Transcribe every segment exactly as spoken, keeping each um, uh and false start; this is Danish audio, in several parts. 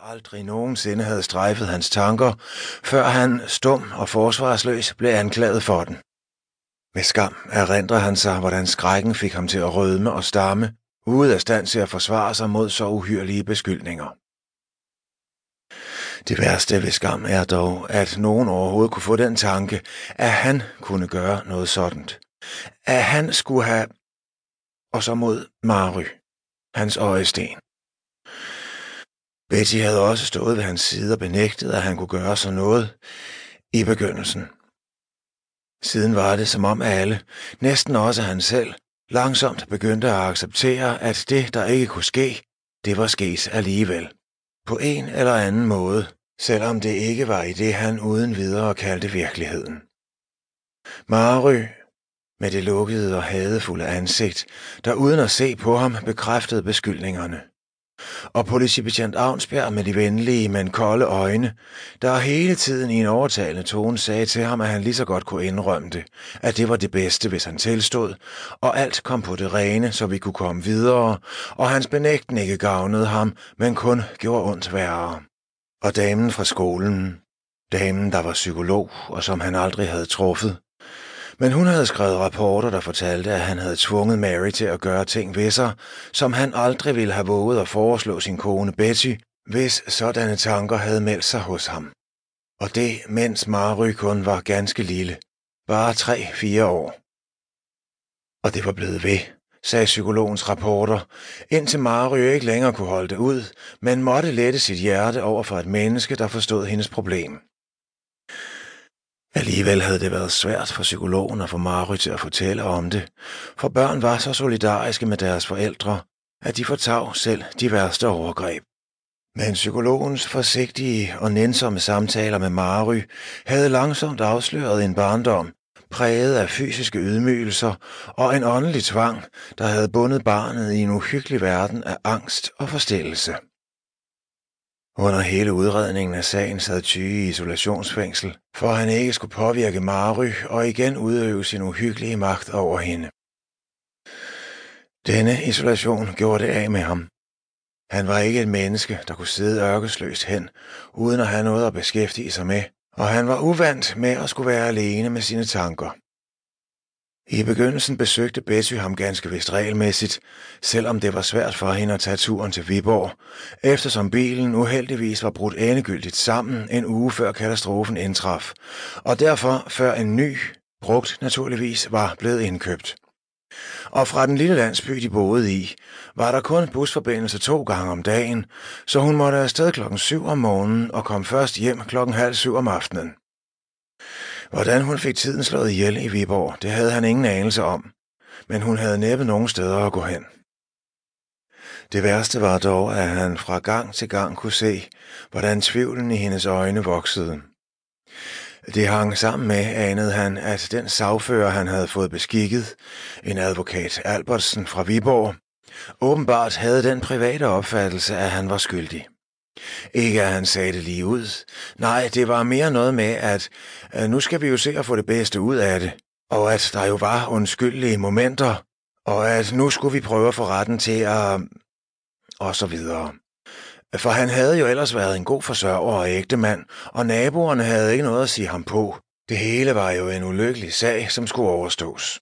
aldrig nogensinde havde strejfet hans tanker, før han, stum og forsvarsløs, blev anklaget for den. Med skam erindrer han sig, hvordan skrækken fik ham til at rødme og stamme, ude af stand til at forsvare sig mod så uhyrlige beskyldninger. Det værste ved skam er dog, at nogen overhovedet kunne få den tanke, at han kunne gøre noget sådant. At han skulle have... Og så mod Mary, hans øjesten. Betty havde også stået ved hans side og benægtet, at han kunne gøre sådan noget i begyndelsen. Siden var det, som om alle, næsten også han selv, langsomt begyndte at acceptere, at det, der ikke kunne ske, det var sket alligevel. På en eller anden måde, selvom det ikke var i det, han uden videre kaldte virkeligheden. Mary, med det lukkede og hadefulde ansigt, der uden at se på ham bekræftede beskyldningerne. Og politibetjent Avnsbjerg med de venlige, men kolde øjne, der hele tiden i en overtalende tone sagde til ham, at han lige så godt kunne indrømme det, at det var det bedste, hvis han tilstod, og alt kom på det rene, så vi kunne komme videre, og hans benægten ikke gavnede ham, men kun gjorde ondt værre. Og damen fra skolen, damen, der var psykolog, og som han aldrig havde truffet, men hun havde skrevet rapporter, der fortalte, at han havde tvunget Mary til at gøre ting ved sig, som han aldrig ville have våget at foreslå sin kone Betty, hvis sådanne tanker havde meldt sig hos ham. Og det, mens Mary kun var ganske lille, bare tre-fire år. Og det var blevet ved, sagde psykologens rapporter, indtil Mary ikke længere kunne holde det ud, men måtte lette sit hjerte over for et menneske, der forstod hendes problem. Alligevel havde det været svært for psykologen at få Mary til at fortælle om det, for børn var så solidariske med deres forældre, at de fortav selv de værste overgreb. Men psykologens forsigtige og nænsomme samtaler med Mary havde langsomt afsløret en barndom, præget af fysiske ydmygelser og en åndelig tvang, der havde bundet barnet i en uhyggelig verden af angst og forstillelse. Under hele udredningen af sagen sad Tyge i isolationsfængsel, for han ikke skulle påvirke Mary og igen udøve sin uhyggelige magt over hende. Denne isolation gjorde det af med ham. Han var ikke et menneske, der kunne sidde ørkesløst hen, uden at have noget at beskæftige sig med, og han var uvant med at skulle være alene med sine tanker. I begyndelsen besøgte Betty ham ganske vist regelmæssigt, selvom det var svært for hende at tage turen til Viborg, eftersom bilen uheldigvis var brudt endegyldigt sammen en uge før katastrofen indtraf, og derfor før en ny, brugt naturligvis, var blevet indkøbt. Og fra den lille landsby, de boede i, var der kun busforbindelse to gange om dagen, så hun måtte afsted klokken syv om morgenen og kom først hjem klokken halv syv om aftenen. Hvordan hun fik tiden slået ihjel i Viborg, det havde han ingen anelse om, men hun havde næppe nogen steder at gå hen. Det værste var dog, at han fra gang til gang kunne se, hvordan tvivlen i hendes øjne voksede. Det hang sammen med, anede han, at den sagfører, han havde fået beskikket, en advokat Albertsen fra Viborg, åbenbart havde den private opfattelse, at han var skyldig. Ikke at han sagde det lige ud. Nej, det var mere noget med, at, at nu skal vi jo se at få det bedste ud af det, og at der jo var undskyldelige momenter, og at nu skulle vi prøve at få retten til at... og så videre. For han havde jo ellers været en god forsørger og ægtemand, og naboerne havde ikke noget at sige ham på. Det hele var jo en ulykkelig sag, som skulle overstås.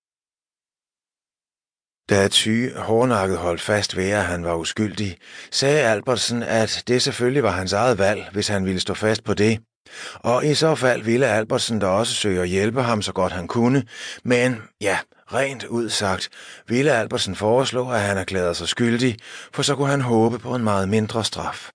Da Tyge hårdnakket holdt fast ved, at han var uskyldig, sagde Albertsen, at det selvfølgelig var hans eget valg, hvis han ville stå fast på det. Og i så fald ville Albertsen da også søge at hjælpe ham så godt han kunne, men ja, rent udsagt ville Albertsen foreslå, at han erklærede sig skyldig, for så kunne han håbe på en meget mindre straf.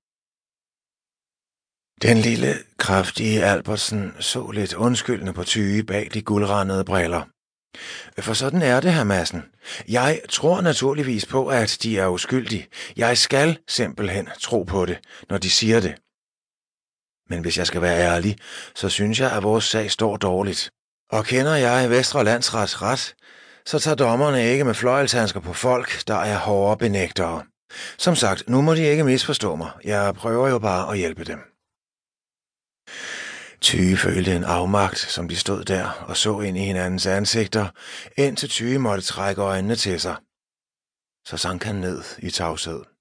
Den lille, kraftige Albertsen så lidt undskyldende på Tyge bag de guldrandede briller. For sådan er det, hr. Madsen. Jeg tror naturligvis på, at de er uskyldige. Jeg skal simpelthen tro på det, når de siger det. Men hvis jeg skal være ærlig, så synes jeg, at vores sag står dårligt. Og kender jeg Vestre Landsret ret, så tager dommerne ikke med fløjelshandsker på folk, der er hårde benægtere. Som sagt, nu må de ikke misforstå mig. Jeg prøver jo bare at hjælpe dem. Tyge følte en afmagt, som de stod der og så ind i hinandens ansigter, indtil Tyge måtte trække øjnene til sig. Så sank han ned i tavshed.